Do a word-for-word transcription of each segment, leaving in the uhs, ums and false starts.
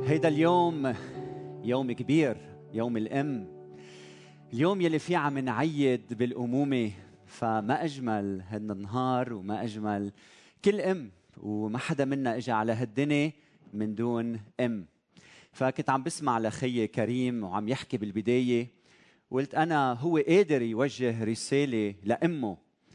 هيدا اليوم يوم كبير، يوم الأم، اليوم يلي فيه عم نعيد بالأمومة. فما أجمل هذا النهار وما أجمل كل أم، وما حدا منا إجا على هالدنيا من دون أم. فكنت عم بسمع لخي كريم وعم يحكي بالبداية، قلت أنا هو قادر يوجه رسالة لأمه.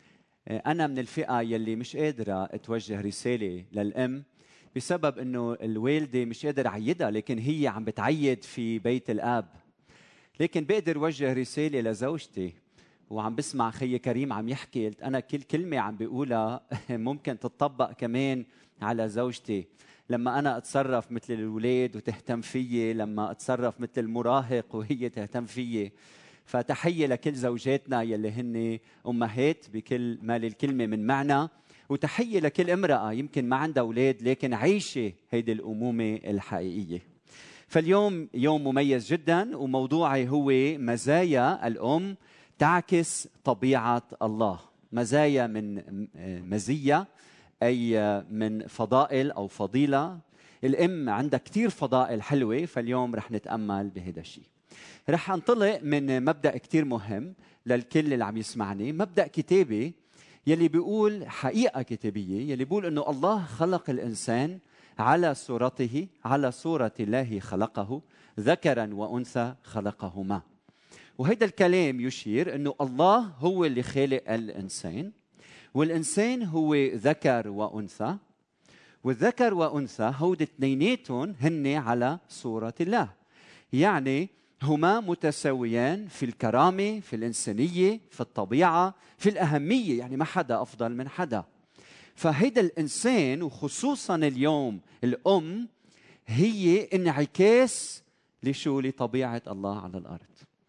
أنا من الفئة يلي مش قادرة توجه رسالة للأم بسبب أنه الوالدة مش قادر عيدها، لكن هي عم بتعيد في بيت الآب. لكن بقدر وجه رسالة لزوجتي. وعم بسمع خي كريم عم يحكي، قلت أنا كل كلمة عم بيقولها ممكن تطبق كمان على زوجتي. لما أنا أتصرف مثل الأولاد وتهتم فيي، لما أتصرف مثل المراهق وهي تهتم فيي. فتحية لكل زوجاتنا يلي هن أمهات بكل ما للكلمة من معنى، وتحية لكل امرأة يمكن ما عندها أولاد لكن عايشة هيدي الأمومة الحقيقية. فاليوم يوم مميز جدا، وموضوعي هو مزايا الأم تعكس طبيعة الله. مزايا من مزية أي من فضائل أو فضيلة. الأم عندها كتير فضائل حلوة، فاليوم رح نتأمل بهذا الشيء. رح أنطلق من مبدأ كتير مهم للكل اللي عم يسمعني، مبدأ كتابي يلي بيقول حقيقة كتابية، يلي بيقول أنه الله خلق الإنسان على صورته، على صورة الله خلقه، ذكرا وأنثى خلقهما. وهذا الكلام يشير أنه الله هو اللي خالق الإنسان، والإنسان هو ذكر وأنثى، والذكر وأنثى هود اثنيناتهم هن على صورة الله. يعني هما متساويان في الكرامة، في الإنسانية، في الطبيعة، في الأهمية، يعني ما حدا أفضل من حدا. فهيدا الإنسان، وخصوصا اليوم الأم، هي انعكاس لشو؟ لطبيعة الله على الأرض.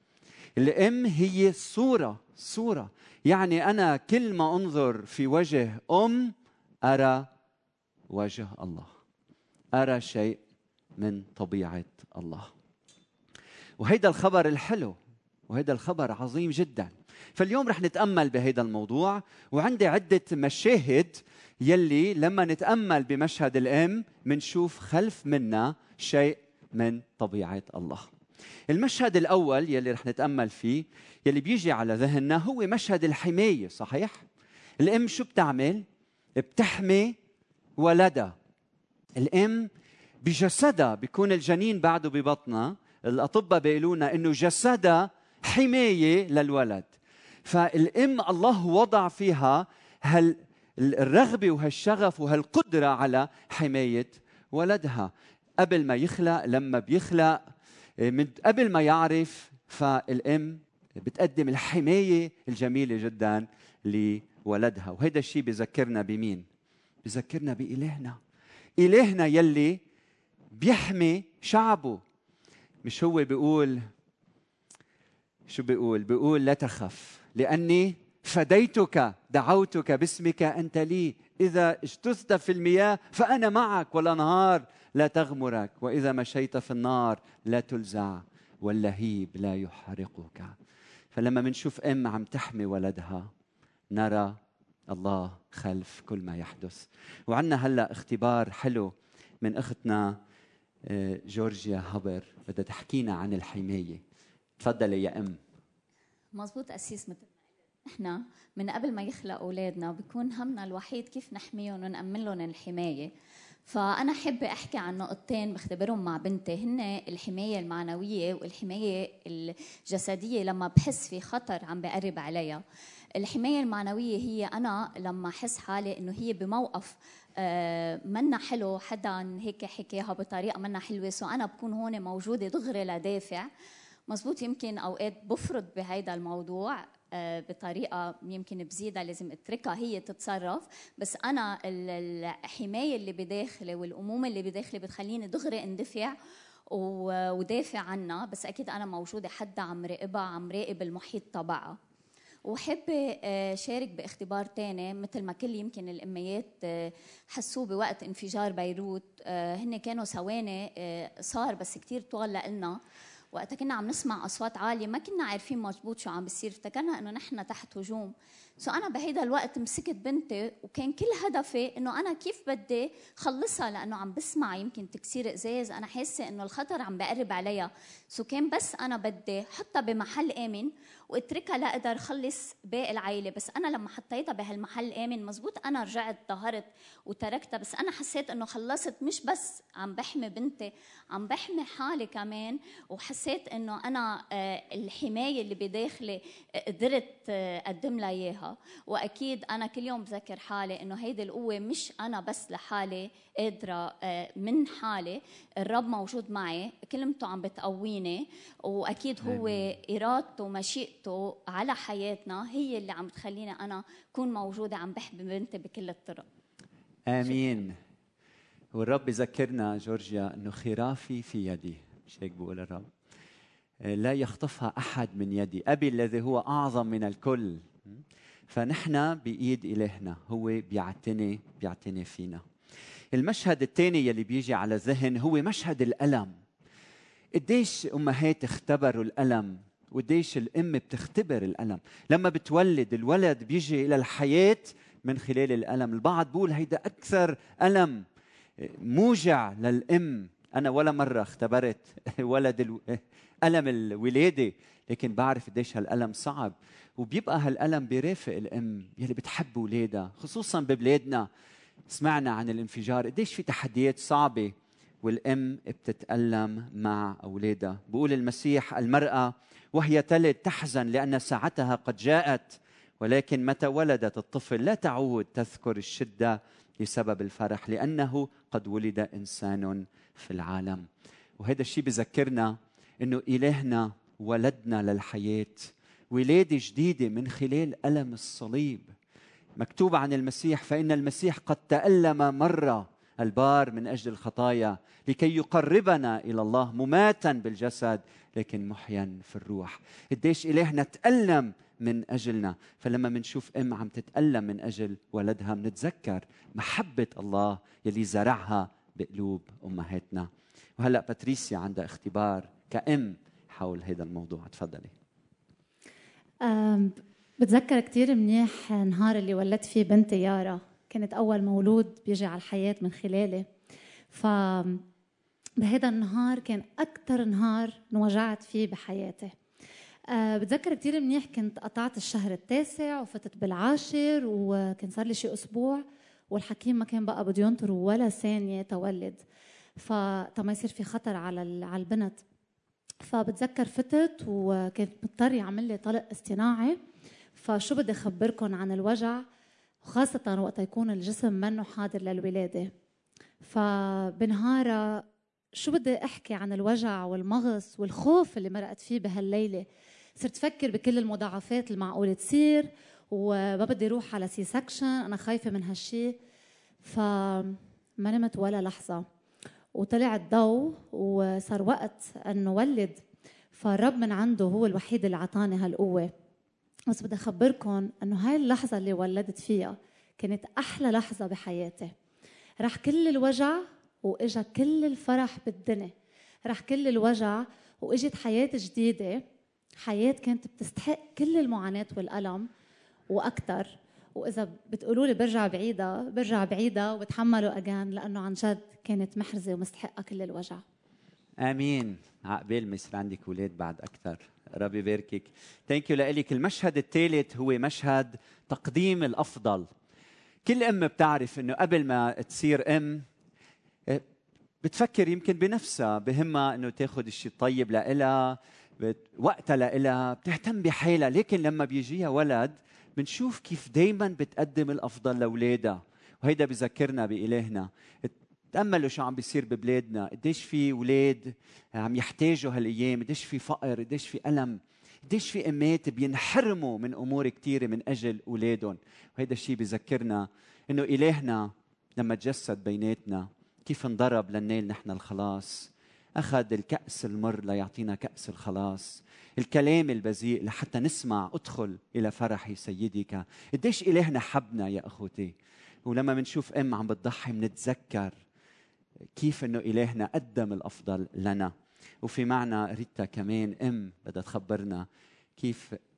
الأم هي صورة صورة يعني أنا كل ما أنظر في وجه أم أرى وجه الله، أرى شيء من طبيعة الله. وهيدا الخبر الحلو، وهيدا الخبر عظيم جدا. فاليوم رح نتأمل بهيدا الموضوع، وعندي عدة مشاهد يلي لما نتأمل بمشهد الأم منشوف خلف منا شيء من طبيعة الله. المشهد الأول يلي رح نتأمل فيه، يلي بيجي على ذهننا، هو مشهد الحماية. صحيح؟ الأم شو بتعمل؟ بتحمي ولدها. الأم بجسدها، بيكون الجنين بعده ببطنها، الأطباء بيقولونا إنه جسدها حماية للولد. فالأم الله وضع فيها هال الرغبة وهالشغف وهالقدرة على حماية ولدها قبل ما يخلق، لما بيخلق، من قبل ما يعرف. فالأم بتقدم الحماية الجميلة جدا لولدها. وهذا الشيء بذكرنا بمين؟ بذكرنا بإلهنا. إلهنا يلي بيحمي شعبه. مش هو بيقول شو بيقول؟ بيقول لا تخف لأني فديتك، دعوتك باسمك أنت لي، إذا اجتثت في المياه فأنا معك، والأنهار لا تغمرك، وإذا مشيت في النار لا تلزع، واللهيب لا يحرقك. فلما منشوف أم عم تحمي ولدها نرى الله خلف كل ما يحدث. وعنا هلأ اختبار حلو من أختنا جورجيا هبر، بدها تحكينا عن الحماية. تفضلي يا أم. مزبوط أسيس. مثل إحنا من قبل ما يخلق أولادنا بيكون همنا الوحيد كيف نحميهم ونأمن لهم الحماية. فأنا حابة أحكي عن نقطتين بختبرهم مع بنتي، هن الحماية المعنوية والحماية الجسدية لما بحس في خطر عم بقرب عليها. الحماية المعنوية هي أنا لما أحس حالي إنه هي بموقف آه منا حلو، حدا هيك حكيها بطريقة منا حلوة، سو أنا بكون هون موجودة دغري لدافع. مزبوط. يمكن أوقات بفرض بهيدا الموضوع آه بطريقة يمكن بزيدها، لازم اتركها هي تتصرف، بس أنا الحماية اللي بداخلي والأمومة اللي بداخلي بتخليني دغري اندفع ودافع عنها. بس أكيد أنا موجودة حدا عم راقبها، عم راقب المحيط تبعها. وحابة شارك باختبار تاني مثل ما كل يمكن الأميات حسوه بوقت انفجار بيروت. هن كانوا ثواني صار بس كتير طوال لنا. وقتها كنا عم نسمع أصوات عالية، ما كنا عارفين مزبوط شو عم بيصير، افتكرنا إنه نحن تحت هجوم. سو أنا بهيدا الوقت مسكت بنتي، وكان كل هدفي إنه أنا كيف بدي خلصها، لأنه عم بسمع يمكن تكسير إزاز، أنا حاسة إنه الخطر عم بقرب عليها. سو كان بس أنا بدي حطها بمحل آمن واتركها لأقدر خلص باقي العائلة. بس أنا لما حطيتها بهالمحل آمن مزبوط أنا رجعت ظهرت وتركتها، بس أنا حسيت إنه خلصت، مش بس عم بحمي بنتي، عم بحمي حالي كمان. وحسيت إنه أنا الحماية اللي بداخلي قدرت أقدم لها إياها. وأكيد أنا كل يوم بذكر حالي إنه هيدي القوة مش أنا بس لحالي قادرة من حالي، الرب موجود معي، كلمته عم بتقويني، وأكيد هو إرادته ومشيئته على حياتنا هي اللي عم تخليني أنا أكون موجودة عم بحمي بنتي بكل الطرق. آمين. والرب بذكرنا جورجيا إنه خرافي في يدي، مش هيك بقول الرب؟ لا يخطفها أحد من يدي، أبي الذي هو أعظم من الكل. فنحن بإيد إلهنا، هو بيعتني بيعتني فينا. المشهد الثاني يلي بيجي على ذهن هو مشهد الألم. قديش أمهات اختبروا الألم، وقديش الأم بتختبر الألم. لما بتولد الولد بيجي إلى الحياة من خلال الألم. البعض بقول هيدا أكثر ألم موجع للأم. أنا ولا مرة اختبرت ولد الو... ألم الولادة، لكن بعرف قديش هالألم صعب، وبيبقى هالألم بيرافق الأم يلي بتحب ولادها. خصوصا ببلادنا سمعنا عن الانفجار، قديش في تحديات صعبة والأم بتتألم مع أولادها. بقول المسيح المرأة وهي تلد تحزن لأن ساعتها قد جاءت، ولكن متى ولدت الطفل لا تعود تذكر الشدة بسبب الفرح، لأنه قد ولد إنسان في العالم. وهذا الشيء بذكرنا إنه إلهنا ولدنا للحياة، ولادة جديدة من خلال ألم الصليب. مكتوب عن المسيح فإن المسيح قد تألم مرة البار من أجل الخطايا لكي يقربنا إلى الله، مماتا بالجسد لكن محيا في الروح. قديش إلهنا تألم من أجلنا. فلما منشوف أم عم تتألم من أجل ولدها منتذكر محبة الله يلي زرعها بقلوب أمهاتنا. وهلأ باتريسيا عندها اختبار كأم حول هذا الموضوع. تفضلي. بتذكر كتير منيح نهار اللي ولدت فيه بنتي يارا، كانت أول مولود بيجي على الحياة من خلالي. فبهذا النهار كان أكتر نهار انوجعت فيه بحياتي. أه بتذكر كتير منيح كنت قطعت الشهر التاسع وفتت بالعاشر، وكان صار لي شيء أسبوع والحكيم ما كان بقى بده ينطر ولا ثانية تولد، فما يصير في خطر على على البنت. فبتذكر فتت وكانت مضطر يعمل لي طلق اصطناعي. فشو بدي أخبركم عن الوجع، وخاصة وقت يكون الجسم منه حاضر للولادة. فبنهارة شو بدي أحكي عن الوجع والمغص والخوف اللي مرقت فيه بهالليلة. صرت أفكر بكل المضاعفات المعقولة تصير، وما بدي أروح على سي سكشن، أنا خايفة من هالشي. فما نمت ولا لحظة، وطلع الضوء وصار وقت أن نولد. فالرب من عنده هو الوحيد اللي عطاني هالقوة. بس بدي أخبركم أنه هاي اللحظة اللي ولدت فيها كانت أحلى لحظة بحياتي. راح كل الوجع وإجا كل الفرح بالدنيا. راح كل الوجع وإجت حياة جديدة، حياة كانت بتستحق كل المعاناة والألم وأكتر. وإذا بتقولوا لي برجع بعيدة برجع بعيدة وبتحملوا أجان، لأنه عن جد كانت محرزة ومستحقة كل الوجع. آمين. عقبال ما يصير عندك أولاد بعد أكثر، ربي يباركك. ثانك يو لك. المشهد الثالث هو مشهد تقديم الأفضل. كل أم بتعرف إنه قبل ما تصير أم بتفكر يمكن بنفسها، بهمها إنه تاخذ الشيء الطيب لإلها، وقتها لإلها، بتهتم بحالها. لكن لما بيجيها ولد بنشوف كيف دايما بتقدم الأفضل لأولادها. وهيدا بذكرنا بإلهنا. تأملوا شو عم بيصير ببلادنا، قديش في أولاد عم يحتاجوا هالأيام، قديش في فقر، قديش في ألم، قديش في أمات بينحرموا من أمور كتيرة من أجل أولادهم. وهذا الشيء بذكرنا إنه إلهنا لما تجسد بيناتنا كيف انضرب لننال نحن الخلاص. أخذ الكأس المر ليعطينا كأس الخلاص، الكلام البذيء لحتى نسمع ادخل إلى فرح سيدك. قديش إلهنا حبنا يا أخوتي. ولما منشوف أم عم بتضحي منتذكر كيف إنه إلهنا قدم الأفضل لنا. وفي معنا ريتا كمان أم بدها تخبرنا كيف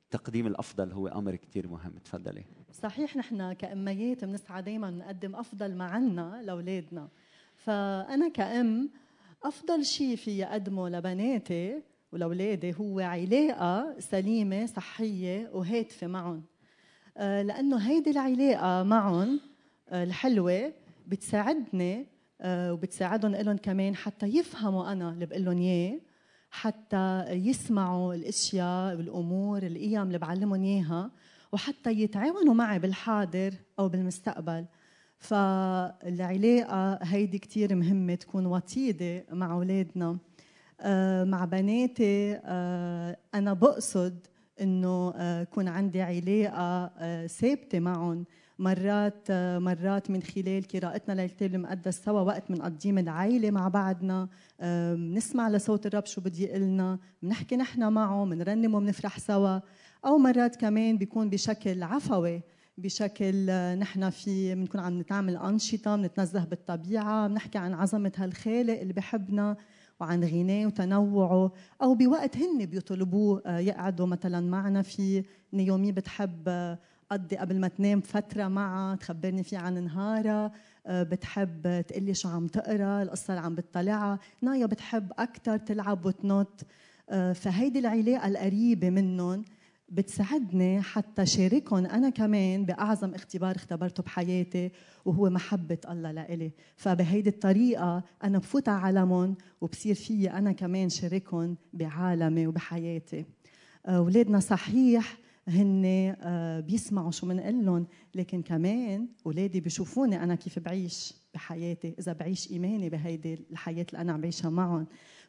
تقديم الأفضل هو أمر كتير مهم. تفضلي. صحيح، نحن كأميات بنسعى دايما نقدم أفضل ما عنا لأولادنا. فأنا كأم أفضل شيء في أقدمه لبناتي ولأولادي هو علاقة سليمة صحية وهادفة معهم، لأنه هيدي العلاقة معهم الحلوة بتساعدني وبتساعدهم إلهم كمان حتى يفهموا أنا اللي بقول لهم إياه، حتى يسمعوا الاشياء والامور القيم اللي بعلمهم اياها، وحتى يتعاونوا معي بالحاضر او بالمستقبل. فالعلاقه هيدي كتير مهمه تكون وطيده مع اولادنا. آه مع بناتي آه انا بقصد انه آه يكون عندي علاقه آه ثابته معهم، مرات آه مرات من خلال قراءتنا للكتاب المقدس سوا، وقت بنقضيه من العائله مع بعضنا، آه بنسمع لصوت الرب شو بدي يقلنا، بنحكي نحن معه، بنرنم وبنفرح سوا. او مرات كمان بيكون بشكل عفوي، بشكل آه نحن في بنكون عم نتعمل انشطه، بنتنزه بالطبيعه، بنحكي عن عظمه هالخالق اللي بحبنا وعن غناه وتنوعه، او بوقت هن بيطلبوه يقعدوا مثلا معنا في. نيومي بتحب قضي قبل ما تنام فتره معها تخبرني فيه عن نهارها، بتحب تقلي شو عم تقرا، القصه اللي عم بتطلعها. نايا بتحب اكثر تلعب وتنط. فهيدي العلاقه القريبه منهم بتساعدني حتى شاركهم أنا كمان بأعظم اختبار اختبرته بحياتي، وهو محبة الله لإلي. فبهيدي الطريقة أنا بفوت على عالمهم وبصير فيي أنا كمان شاركهم بعالمي وبحياتي. أولادنا صحيح هن بيسمعوا شو منقول لهم، لكن كمان أولادي بيشوفوني أنا كيف بعيش بحياتي، إذا بعيش إيماني بهيدي الحياة اللي أنا عم بعيشها معهم.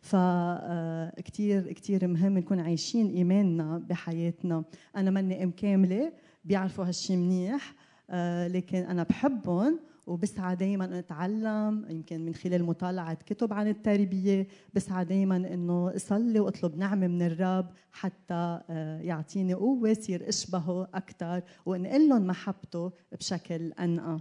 فكتير كتير مهم نكون عايشين إيماننا بحياتنا. أنا مني أم كاملة، بيعرفوا هالشي منيح، لكن أنا بحبهم وبسعى دايما أن أتعلم، يمكن من خلال مطالعة كتب عن التربية. بسعى دايما أنه أصلي وأطلب نعمة من الرب حتى يعطيني قوة صير أشبهه أكثر وأنقل لهم محبته بشكل أنقى.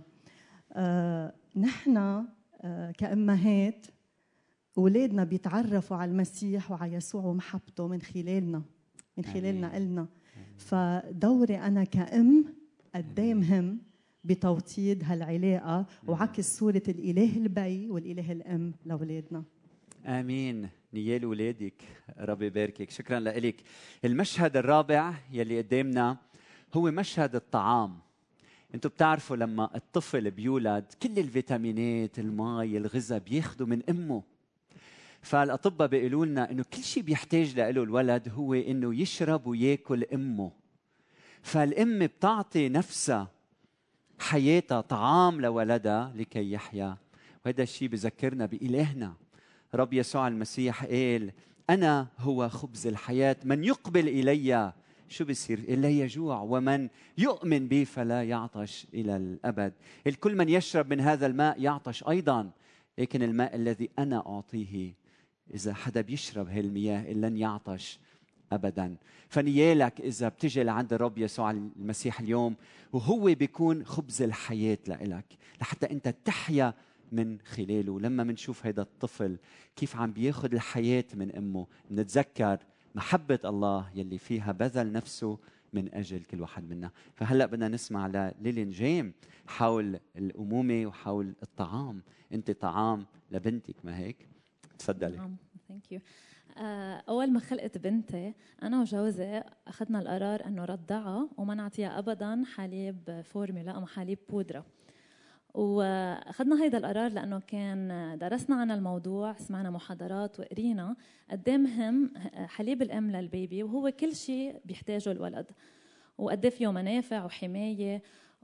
نحن كأمهات أولادنا بيتعرفوا على المسيح وعلى يسوع ومحبته من خلالنا، من خلالنا إلنا. فدوري أنا كأم قد ايه مهم بتوطيد هالعلاقة وعكس صورة الإله البي والإله الأم لأولادنا. آمين. نيال ولادك ربي يباركك. شكرا لك. المشهد الرابع يلي قدامنا هو مشهد الطعام. انتوا بتعرفوا لما الطفل بيولد كل الفيتامينات، الماء، الغذاء بياخدوا من أمه. فالأطباء بيقولوا لنا إنه كل شيء بيحتاج له الولد هو إنه يشرب وياكل أمه. فالأم بتعطي نفسها حياتها طعام لولدها لكي يحيا. وهذا الشيء بذكرنا بإلهنا رب يسوع المسيح قال أنا هو خبز الحياة، من يقبل إلي شو بيصير؟ إلا يجوع، ومن يؤمن بي فلا يعطش إلى الأبد. الكل من يشرب من هذا الماء يعطش أيضا، لكن الماء الذي أنا أعطيه إذا حدا بيشرب هاي المياه لن يعطش أبداً. فنيالك إذا بتجي لعند الرب يسوع المسيح اليوم وهو بيكون خبز الحياة لإلك لحتى أنت تحيا من خلاله. لما منشوف هذا الطفل كيف عم بياخد الحياة من أمه، نتذكر محبة الله يلي فيها بذل نفسه من أجل كل واحد منا. فهلأ بدنا نسمع لليلين جيم حول الأمومة وحول الطعام. أنت طعام لبنتك، ما هيك؟ تفضلي. نعم، ثانك يو. أول ما خلقت بنتي أنا وجوزي أخذنا القرار أنه رضعها وما نعطيها أبداً حليب فورمولا أو حليب بودرة. وأخذنا هيدا القرار لأنه كان درسنا عن الموضوع، سمعنا محاضرات وقرينا قد ايه مهم حليب الأم للبيبي، وهو كل شيء بيحتاجه الولد، وقد ايه فيه منافع وحماية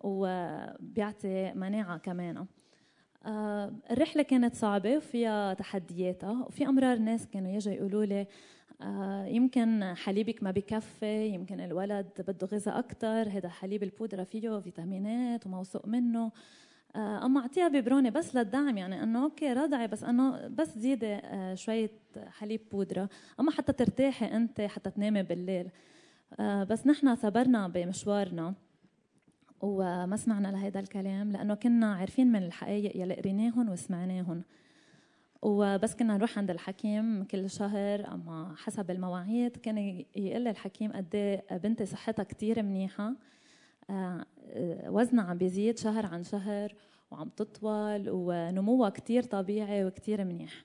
وبيعطي مناعة كمان. آه الرحلة كانت صعبة وفيها تحدياتها، وفي أمرار ناس كانوا يجوا يقولوا لي آه يمكن حليبك ما بكفي، يمكن الولد بده غذاء أكتر، هذا حليب البودرة فيه فيتامينات وموثوق منه، آه أما أعطيها ببرونة بس للدعم، يعني أنه أوكي رضعي بس أنه بس زيادة آه شوية حليب بودرة، أما حتى ترتاحي أنت حتى تنامي بالليل. آه بس نحن صبرنا بمشوارنا وما سمعنا لهذا الكلام، لأنه كنا عارفين من الحقائق يلي قريناهن وسمعناهن. وبس كنا نروح عند الحكيم كل شهر اما حسب المواعيد كان يقول لي الحكيم قد ايه بنتي صحتها كتير منيحه، وزنها عم بيزيد شهر عن شهر وعم تطول ونموها كتير طبيعي وكتير منيح.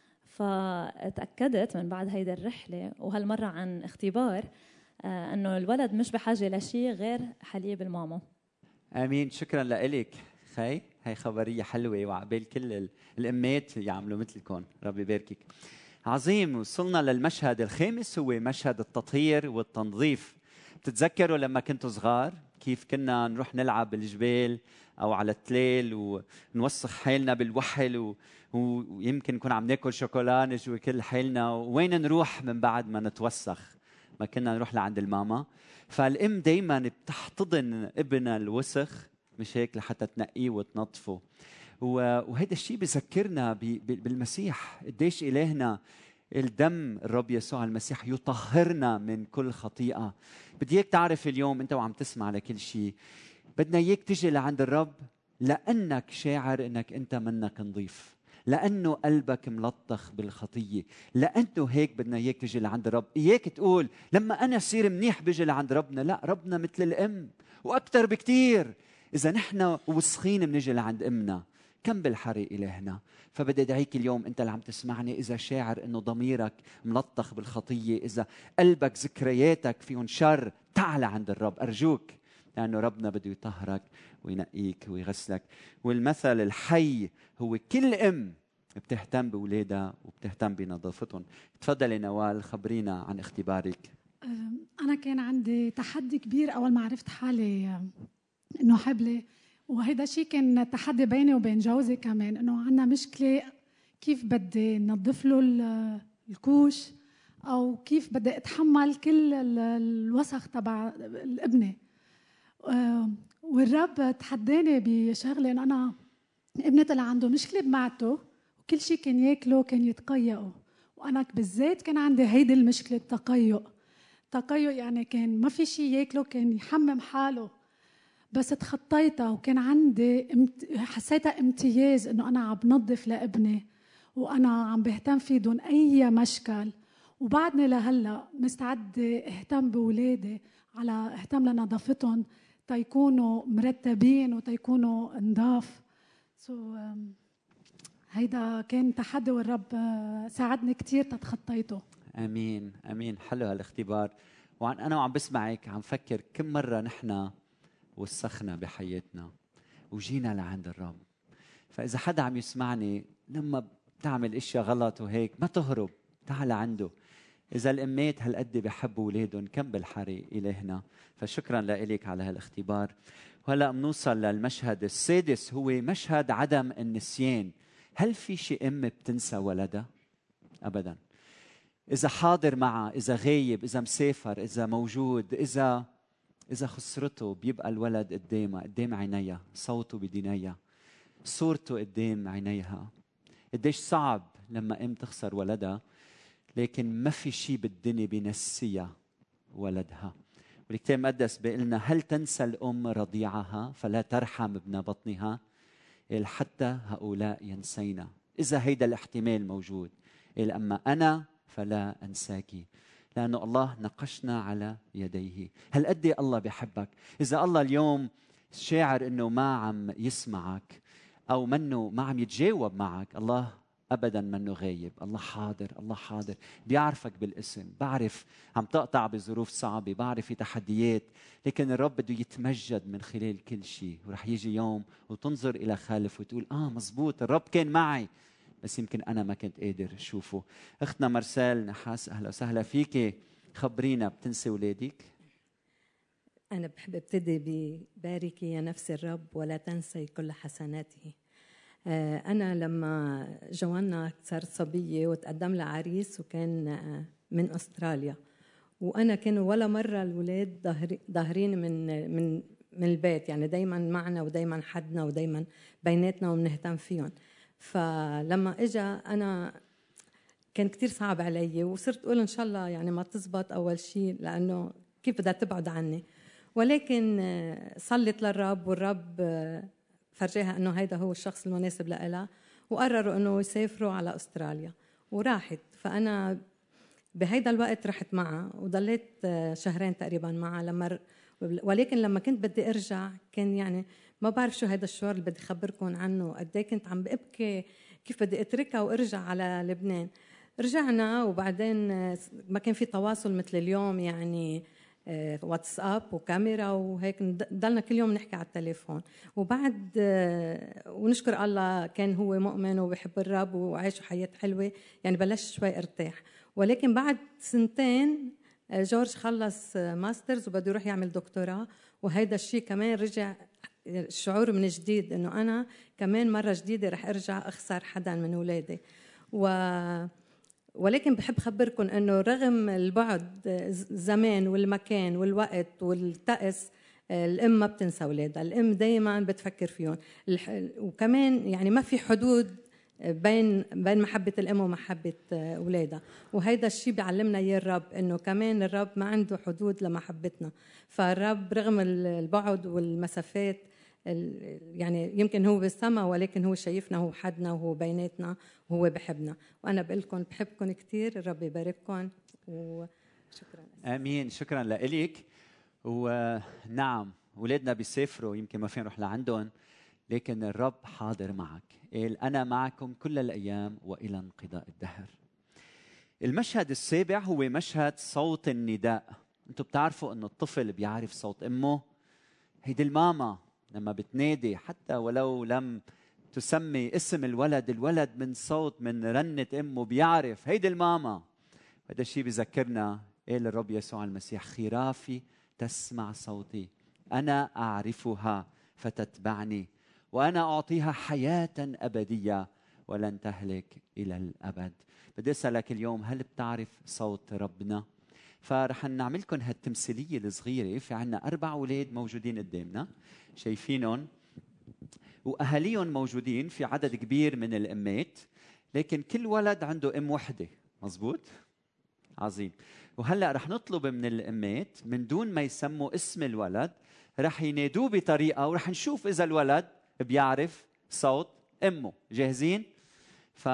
فتأكدت من بعد هيدا الرحلة وهالمرة عن اختبار أنه الولد مش بحاجة لشيء غير حليب الماما. آمين. شكرا لك خي، هي خبرية حلوة وعقبال كل الأمات يعملوا مثلكم. ربي يباركك. عظيم. وصلنا للمشهد الخامس، هو مشهد التطهير والتنظيف. بتتذكروا لما كنتوا صغار كيف كنا نروح نلعب بالجبال أو على التلال ونوسخ حالنا بالوحل و... ويمكن نكون عم ناكل شوكولا نجوي كل حالنا، وين نروح من بعد ما نتوسخ؟ ما كنا نروح لعند الماما. فالأم دايما بتحتضن ابنها الوسخ مش هيك لحتى تنقيه وتنظفه. وهذا الشيء بذكرنا بالمسيح قديش إلهنا الدم الرب يسوع المسيح يطهرنا من كل خطيئة. بدي اياك تعرف اليوم انت وعم تسمع لكل شيء، بدنا اياك تجي لعند الرب لأنك شاعر انك انت منك نظيف، لأنه قلبك ملطخ بالخطية، لأنه هيك بدنا اياك تجي لعند الرب. اياك تقول لما انا اصير منيح بيجي لعند ربنا. لا، ربنا مثل الام واكثر بكتير. اذا نحن وسخين بنجي لعند امنا، كم بالحري إلهنا. فبدي أدعيك اليوم أنت اللي عم تسمعني، إذا شاعر إنه ضميرك ملطخ بالخطية، إذا قلبك ذكرياتك فيهم شر، تعال عند الرب أرجوك، لأنه ربنا بده يطهرك وينقيك ويغسلك. والمثل الحي هو كل أم بتهتم بأولادها وبتهتم بنظافتهم. تفضلي نوال، خبرينا عن اختبارك. أنا كان عندي تحدي كبير أول ما عرفت حالي إنه حبلة، وهيدا شيء كان تحدي بيني وبين جوزي كمان، انه عندنا مشكله كيف بدي نظف له الكوش او كيف بدي اتحمل كل الوسخ تبع الابنه. والرب تحداني بشغله انه انا ابني طلع عنده مشكله بمعدته وكل شيء كان ياكله كان يتقيأه، وانا بالذات كان عندي هيدي المشكله التقيؤ. تقيؤ يعني كان ما في شيء ياكله، كان يحمم حاله. بس تخطيتها وكان عندي امت... حسيتها امتياز انه انا عم بنظف لابني وانا عم بهتم فيه دون اي مشكل. وبعدني لهلا مستعده اهتم باولادي، على اهتم لنظافتهم تيكونوا مرتبين وتيكونوا نضاف. سو so, um, هيدا كان تحدي والرب ساعدني كثير تتخطيته. امين امين. حلو هالاختبار. وعن انا وعم بسمعك عم فكر كم مره نحن وسخنا بحياتنا وجينا لعند الرب. فإذا حدا عم يسمعني لما بتعمل اشياء غلط وهيك، ما تهرب، تعال عنده. إذا الأمات هالقد بحبوا أولادهم، كم بالحري إلهنا. فشكرا لك على هالاختبار. وهلا بنوصل للمشهد السادس، هو مشهد عدم النسيان. هل في شي أم بتنسى ولدها؟ أبدا. إذا حاضر معها، إذا غايب، إذا مسافر، إذا موجود، إذا إذا خسرته، بيبقى الولد قدامها، قدام عينيها، صوته بدينيها، صورته قدام عينيها. قديش صعب لما أم تخسر ولدها، لكن ما في شيء بالدنيا بينسيها ولدها. والكتاب المقدس بيقولنا هل تنسى الأم رضيعها فلا ترحم ابن بطنها؟ حتى هؤلاء ينسينا. إذا هيدا الاحتمال موجود، أما أنا فلا أنساكي، لأنه الله نقشنا على يديه. هل قد الله بحبك؟ إذا الله اليوم شاعر إنه ما عم يسمعك أو منه ما عم يتجاوب معك، الله أبداً منه غايب. الله حاضر، الله حاضر، بيعرفك بالاسم. بعرف عم تقطع بظروف صعبة، بعرف في تحديات، لكن الرب بده يتمجد من خلال كل شيء. ورح يجي يوم وتنظر إلى خالف وتقول آه مزبوط، الرب كان معي بس يمكن أنا ما كنت قادر أشوفه. أختنا مرسال نحاس، أهلا وسهلا فيكي. خبرينا، بتنسي ولادك؟ أنا بحب ابتدي بباركي يا نفس الرب ولا تنسي كل حسناته. أنا لما جوانا صارت صبية وتقدم لها عريس وكان من أستراليا، وأنا كانوا ولا مرة الولاد ظاهرين من من من البيت، يعني دايما معنا ودايما حدنا ودايما بيناتنا وبنهتم فيهم. فلما اجى انا كان كتير صعب علي، وصرت اقول ان شاء الله يعني ما تزبط اول شيء، لانه كيف بدها تبعد عني. ولكن صلت للرب، والرب فرجاها انه هيدا هو الشخص المناسب لها، وقرروا انه يسافروا على استراليا وراحت. فانا بهيدا الوقت رحت معها وضليت شهرين تقريبا معها لما، ولكن لما كنت بدي ارجع كان يعني ما بعرف شو هذا الشعور اللي بدي اخبركم عنه، قد ايه كنت عم ببكي كيف بدي اتركها وارجع على لبنان. رجعنا وبعدين ما كان في تواصل مثل اليوم، يعني واتساب وكاميرا وهيك، ضلنا كل يوم نحكي على التليفون. وبعد ونشكر الله كان هو مؤمن وبحب الرب وعايش حياة حلوة، يعني بلش شوي ارتاح. ولكن بعد سنتين جورج خلص ماسترز وبده يروح يعمل دكتوراه، وهيدا الشيء كمان رجع الشعور من جديد انه انا كمان مره جديده رح ارجع اخسر حدا من اولادي. و ولكن بحب خبركم انه رغم البعد الزمان والمكان والوقت والطقس، الام ما بتنسى اولادها، الام دائما بتفكر فيهم. وكمان يعني ما في حدود بين بين محبه الام ومحبه اولادها، وهيدا الشيء بيعلمنا اياه الرب، انه كمان الرب ما عنده حدود لمحبتنا. فالرب رغم البعد والمسافات، يعني يمكن هو بالسما ولكن هو شايفنا، هو حدنا وهو بيناتنا وهو بحبنا. وانا بقول لكم بحبكم كثير، الرب يبارككم وشكرا. امين. شكرا لك. ونعم اولادنا بيسافروا، يمكن ما فين نروح لعندهم، لكن الرب حاضر معك. قال انا معكم كل الايام والى انقضاء الدهر. المشهد السابع هو مشهد صوت النداء. انتم بتعرفوا انه الطفل بيعرف صوت امه، هيدي الماما لما بتنادي حتى ولو لم تسمي اسم الولد، الولد من صوت من رنة امه بيعرف هيدي الماما. هذا الشيء بذكرنا قال الرب يسوع المسيح خرافي تسمع صوتي، انا اعرفها فتتبعني وانا اعطيها حياة ابدية ولن تهلك الى الابد. بدي اسالك اليوم، هل بتعرف صوت ربنا؟ فرح نعملكم هالتمثيليه الصغيره. في عنا اربع اولاد موجودين قدامنا شايفينهم، واهاليهم موجودين، في عدد كبير من الامات، لكن كل ولد عنده ام وحده. مزبوط؟ عظيم. وهلا رح نطلب من الامات من دون ما يسموا اسم الولد، رح ينادوه بطريقه ورح نشوف اذا الولد بيعرف صوت امه. جاهزين؟ ف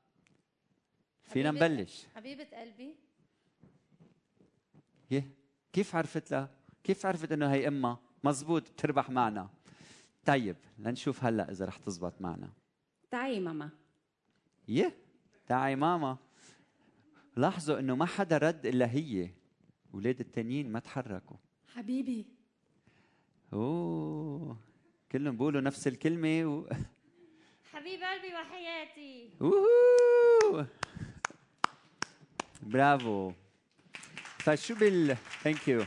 فينا نبلش. حبيبه قلبي. يه كيف عرفت لها؟ كيف عرفت انه هي امها؟ مزبوط، بتربح معنا. طيب لنشوف هلا اذا رح تزبط معنا. تعي ماما. يه تعي ماما. لاحظوا انه ما حدا رد الا هي، اولاد التانيين ما تحركوا. حبيبي. اوه كلهم بيقولوا نفس الكلمه و... حبيب قلبي وحياتي. اوه برافو. فشو بال ثانك يو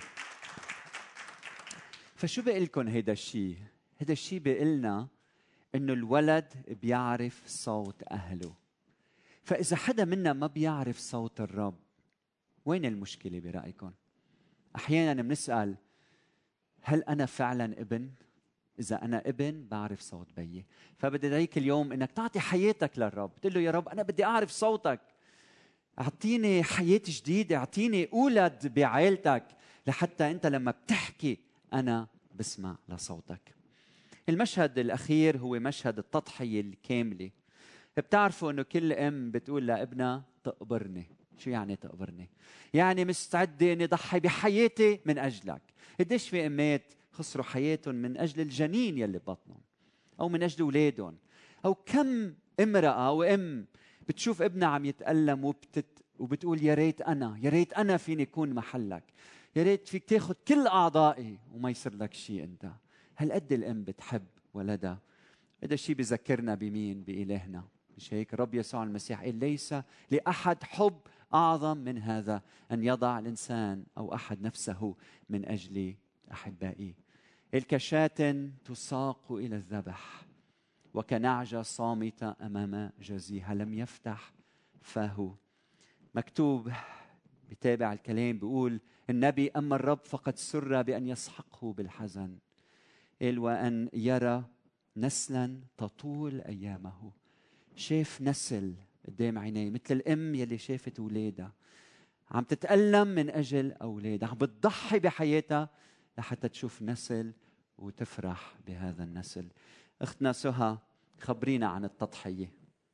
فشو بقول لكم هيدا الشيء؟ هيدا الشيء بيقول لنا انه الولد بيعرف صوت اهله. فاذا حدا منا ما بيعرف صوت الرب، وين المشكله برايكم؟ احيانا بنسال هل انا فعلا ابن؟ اذا انا ابن بعرف صوت بيي. فبدي ادعيك اليوم انك تعطي حياتك للرب، تقول له يا رب انا بدي اعرف صوتك، اعطيني حياه جديده، اعطيني اولاد بعائلتك، لحتى انت لما بتحكي انا بسمع لصوتك. المشهد الاخير هو مشهد التضحيه الكامله. بتعرفوا انه كل ام بتقول لابنها تقبرني. شو يعني تقبرني؟ يعني مستعده اني اضحي بحياتي من اجلك. قديش في امات خسروا حياتهم من اجل الجنين يلي ببطنهم، او من اجل اولادهم، او كم امراه وام بتشوف ابنها عم يتألم وبتت وبتقول يا ريت انا، يا ريت انا فيني اكون محلك، يا ريت فيك تاخذ كل اعضائي وما يصير لك شيء انت. هالقد الام بتحب ولدها. هذا الشيء بذكرنا بمين؟ بإلهنا. مش هيك الرب يسوع المسيح قال ليس لأحد حب أعظم من هذا أن يضع الإنسان أو أحد نفسه من أجل أحبائه. الكشاة تساق إلى الذبح وكنعجة صامتة أمام جزيها لم يفتح فاه. مكتوب بتابع الكلام بيقول النبي أما الرب فقد سر بأن يسحقه بالحزن، قال وأن يرى نسلا تطول أيامه. شاف نسل قدام عينيه، مثل الأم يلي شافت أولادها عم تتألم من أجل أولادها، عم بتضحي بحياتها لحتى تشوف نسل وتفرح بهذا النسل. أختنا سهى خبرينا عن التضحية.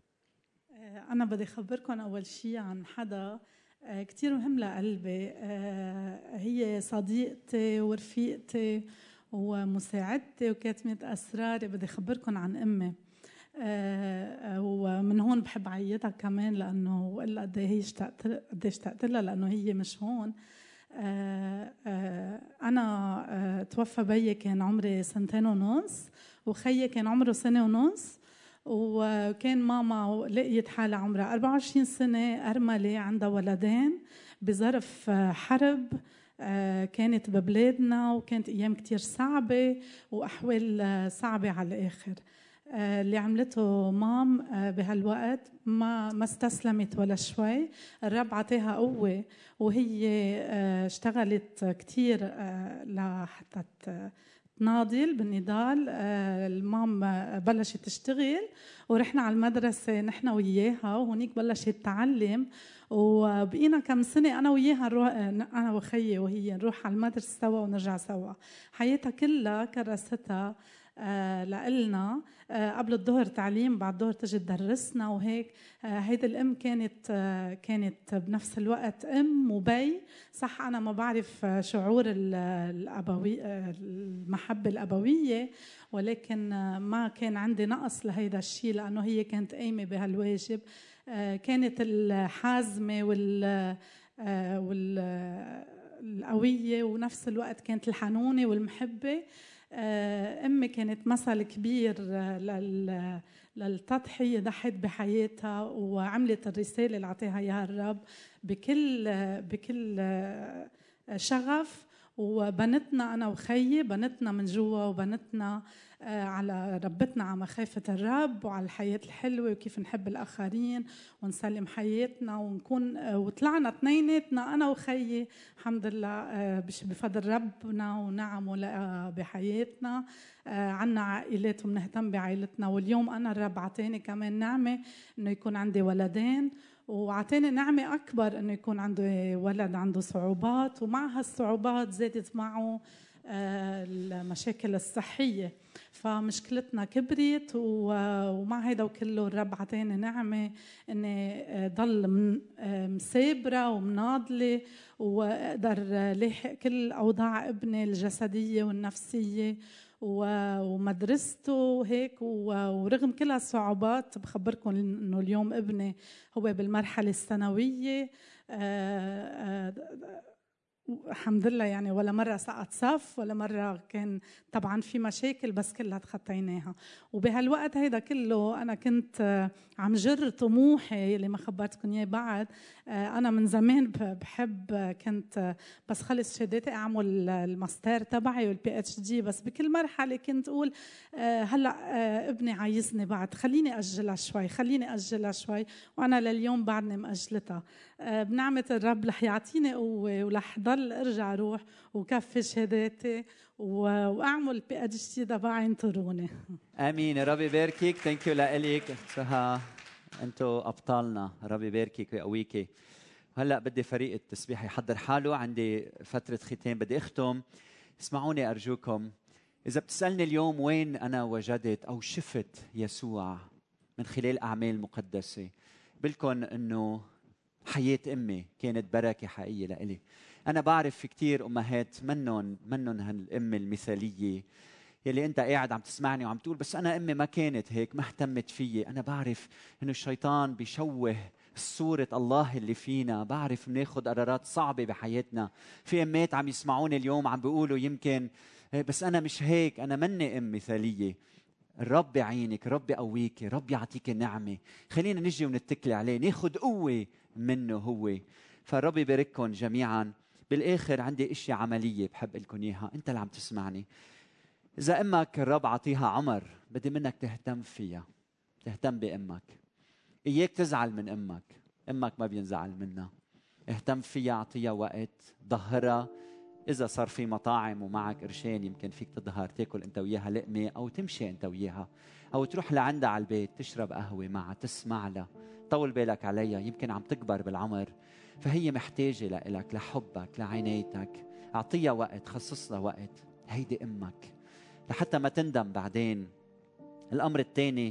أنا بدي أخبركم أول شيء عن حدا كتير مهم لقلبي. هي صديقتي ورفيقتي ومساعدتي وكاتمة أسراري. بدي أخبركم عن أمي، ومن هون بحب عيطها كمان لأنه وإلا قد هي اشتقت قد اشتقت لها لأنه هي مش هون. أنا توفى بيي كان عمري سنتين ونص، وخيي كان عمره سنة ونص، وكان ماما لقيت حالها عمرها أربعة وعشرين سنة أرملة عندها ولدين بظرف حرب كانت ببلادنا، وكانت أيام كتير صعبة وأحوال صعبة على الآخر. اللي عملته مام بهالوقت ما ما استسلمت ولا شوي. الرب عطاها قوة، وهي اشتغلت كتير لحتى تناضل بالنضال. المام بلشت تشتغل ورحنا على المدرسة نحن وياها، وهنيك بلشت تعلم، وبقينا كم سنة أنا وياها نروح، أنا وخيي وهي نروح على المدرسة سوا ونرجع سوا. حياتها كلها كرستها آه لإلنا. آه قبل الظهر تعليم، بعد الظهر تجي تدرسنا وهيك. آه هيدي الأم كانت آه كانت بنفس الوقت أم وبي. صح أنا ما بعرف شعور الأبوي المحبة الأبوية، ولكن آه ما كان عندي نقص لهيدا الشيء لأنه هي كانت قايمة بهالواجب. آه كانت الحازمة وال آه والقوية، ونفس الوقت كانت الحنونة والمحبة. أمي كانت مثل كبير للتضحية، ضحت بحياتها وعملت الرسالة اللي عطيها إياها الرب بكل بكل شغف. وبنتنا أنا وخيي، بنتنا من جوا وبنتنا على ربتنا على مخافة الرب وعلى الحياة الحلوة وكيف نحب الآخرين ونسلم حياتنا ونكون. وطلعنا اثنيناتنا أنا وخيي الحمد لله بفضل ربنا ونعمه بحياتنا. عنا عائلات وبنهتم بعائلتنا. واليوم أنا الرب عطاني كمان نعمة إنه يكون عندي ولدين، وعطاني نعمة أكبر إنه يكون عنده ولد عنده صعوبات، ومع هالصعوبات زادت معه المشاكل الصحية، فمشكلتنا كبرت. ومع هيدا وكله الرب عطاني نعمة إني ضل مسابرة ومناضلة وأقدر لاحق كل أوضاع ابني الجسدية والنفسية ومدرسته وهيك. ورغم كل هالصعوبات بخبركم إنه اليوم ابني هو بالمرحلة الثانوية الحمد لله، يعني ولا مرة سقط صف ولا مرة كان طبعا في مشاكل، بس كلها تخطيناها. وبهالوقت هيدا كله أنا كنت عم جر طموحي اللي ما خبرتكم إياه بعد. أنا من زمان بحب كنت بس خلص شهاداتي أعمل الماستر تبعي والبي اتش دي، بس بكل مرحلة كنت أقول هلأ ابني عايزني بعد، خليني أجلها شوي خليني أجلها شوي وأنا لليوم بعدني مأجلتها. بنعمة الرب رح يعطيني قوة ورح ضل ارجع اروح وكفي شهاداتي واعمل بي اتش دي تبعي. انطروني. امين. ربي يباركك. ثانك يو لك سها، انتوا ابطالنا. ربي يباركك ويقويكي. هلا بدي فريق التسبيح يحضر حاله، عندي فتره ختام بدي اختم. اسمعوني ارجوكم، اذا بتسالني اليوم وين انا وجدت او شفت يسوع من خلال اعمال مقدسه، بلكن انه حياة أمي كانت بركة حقيقية لإلي. أنا بعرف في كتير أمهات منن منن هالأم المثالية يلي أنت قاعد عم تسمعني وعم تقول بس أنا أمي ما كانت هيك، ما اهتمت فيي. أنا بعرف إنه الشيطان بيشوه صورة الله اللي فينا. بعرف بناخد قرارات صعبة بحياتنا. في أمات عم يسمعوني اليوم عم بيقولوا يمكن بس أنا مش هيك، أنا مني أم مثالية. الرب يعينك، رب يقويك، رب يعطيك النعمة. خلينا نجي ونتكل عليه، ناخد قوة منه هو. فالرب يبارككم جميعا. بالآخر عندي اشياء عملية بحب لكم إياها. أنت اللي عم تسمعني، إذا أمك الرب عطيها عمر بدي منك تهتم فيها، تهتم بأمك. إياك تزعل من أمك، أمك ما بينزعل منها. اهتم فيها، عطيها وقت، ظهرها. إذا صار في مطاعم ومعك قرشين يمكن فيك تظهر تاكل أنت وياها لقمة، أو تمشي أنت وياها، أو تروح لعندها على البيت تشرب قهوة معها، تسمع لها، طول بالك عليها. يمكن عم تكبر بالعمر فهي محتاجة لإلك، لحبك، لعنايتك. أعطيها وقت، خصص لها وقت. هيدي أمك لحتى ما تندم بعدين. الأمر الثاني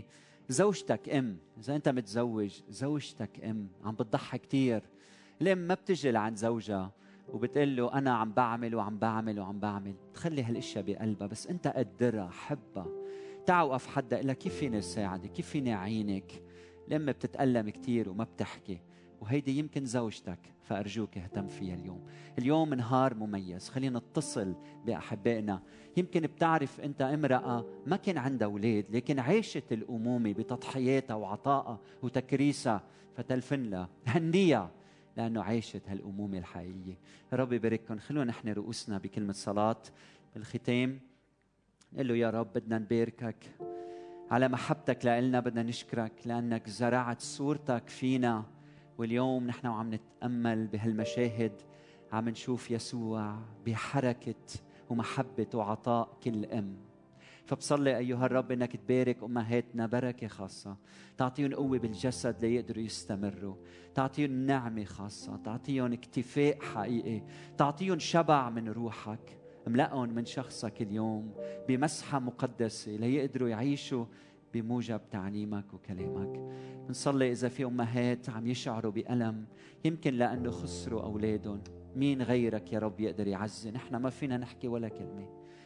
زوجتك ام، اذا انت متزوج زوجتك ام عم بتضحي كتير. الام ما بتجي لعند زوجها وبتقول له انا عم بعمل وعم بعمل وعم بعمل، تخلي هالاشياء بقلبها، بس انت قدرها حبها. تعا وقف حدا قل لها كيف فيني اساعدك، كيف فيني اعينك. الام بتتألم كتير وما بتحكي، وهيدي يمكن زوجتك، فأرجوك اهتم فيها اليوم. اليوم نهار مميز، خلينا نتصل بأحبائنا. يمكن بتعرف أنت امرأة ما كان عندها أولاد لكن عاشت الأمومة بتضحياتها وعطائها وتكريسها، فتلفن لها هندية لأنه عاشت هالأمومة الحقيقية. ربي يبارككم. خلونا نحن رؤوسنا بكلمة صلاة بالختام. نقول له يا رب بدنا نباركك على محبتك لنا، بدنا نشكرك لأنك زرعت صورتك فينا، واليوم نحن عم نتأمل بهالمشاهد عم نشوف يسوع بحركة ومحبة وعطاء كل أم. فبصلي أيها الرب أنك تبارك أمهاتنا بركة خاصة، تعطيهم قوة بالجسد ليقدروا يستمروا، تعطيهم نعمة خاصة، تعطيهم اكتفاء حقيقي، تعطيهم شبع من روحك، املأهم من شخصك اليوم بمسحة مقدسة ليقدروا يعيشوا بموجب تعليمك وكلامك. بنصلي إذا في أمهات عم يشعروا بألم يمكن لأنه خسروا أولادهم، مين غيرك يا رب يقدر يعزي؟ نحن ما فينا نحكي ولا كلمة.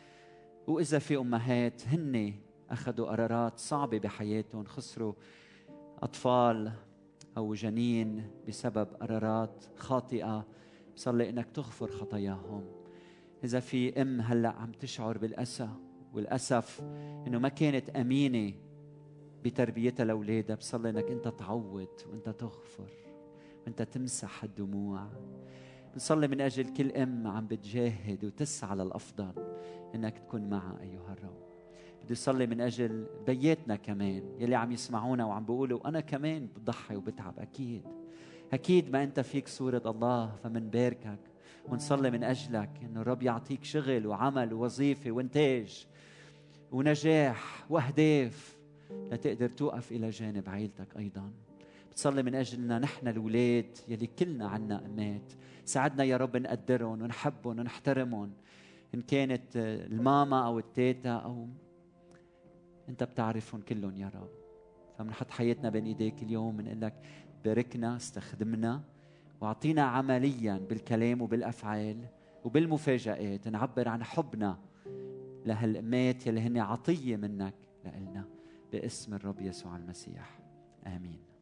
وإذا في أمهات هن أخذوا قرارات صعبة بحياتهم، خسروا أطفال أو جنين بسبب قرارات خاطئة، بصلي إنك تغفر خطاياهم. إذا في أم هلأ عم تشعر بالأسى والأسف إنه ما كانت أمينة بتربيتها لأولادها، بصلي إنك أنت تعوض وأنت تغفر وأنت تمسح الدموع. بنصلي من أجل كل أم عم بتجاهد وتسعى للأفضل إنك تكون معها أيها الرب. بدي أصلي من أجل بياتنا كمان يلي عم يسمعونا وعم بيقولوا أنا كمان بضحي وبتعب. أكيد أكيد ما أنت فيك صورة الله، فمنباركك ونصلي من أجلك إنه الرب يعطيك شغل وعمل ووظيفة وإنتاج ونجاح وأهداف لتقدر توقف إلى جانب عائلتك. أيضا بتصلي من أجلنا نحن الأولاد يلي كلنا عنا أمات، ساعدنا يا رب نقدرهم ونحبهم ونحترمهم، إن كانت الماما أو التيتا أو أنت بتعرفهم كلهم يا رب. فمنحط حياتنا بين إيديك اليوم، منقول لك باركنا، استخدمنا، واعطينا عمليا بالكلام وبالأفعال وبالمفاجآت نعبر عن حبنا لهالأمات يلي هن عطية منك لإلنا، باسم الرب يسوع المسيح، آمين.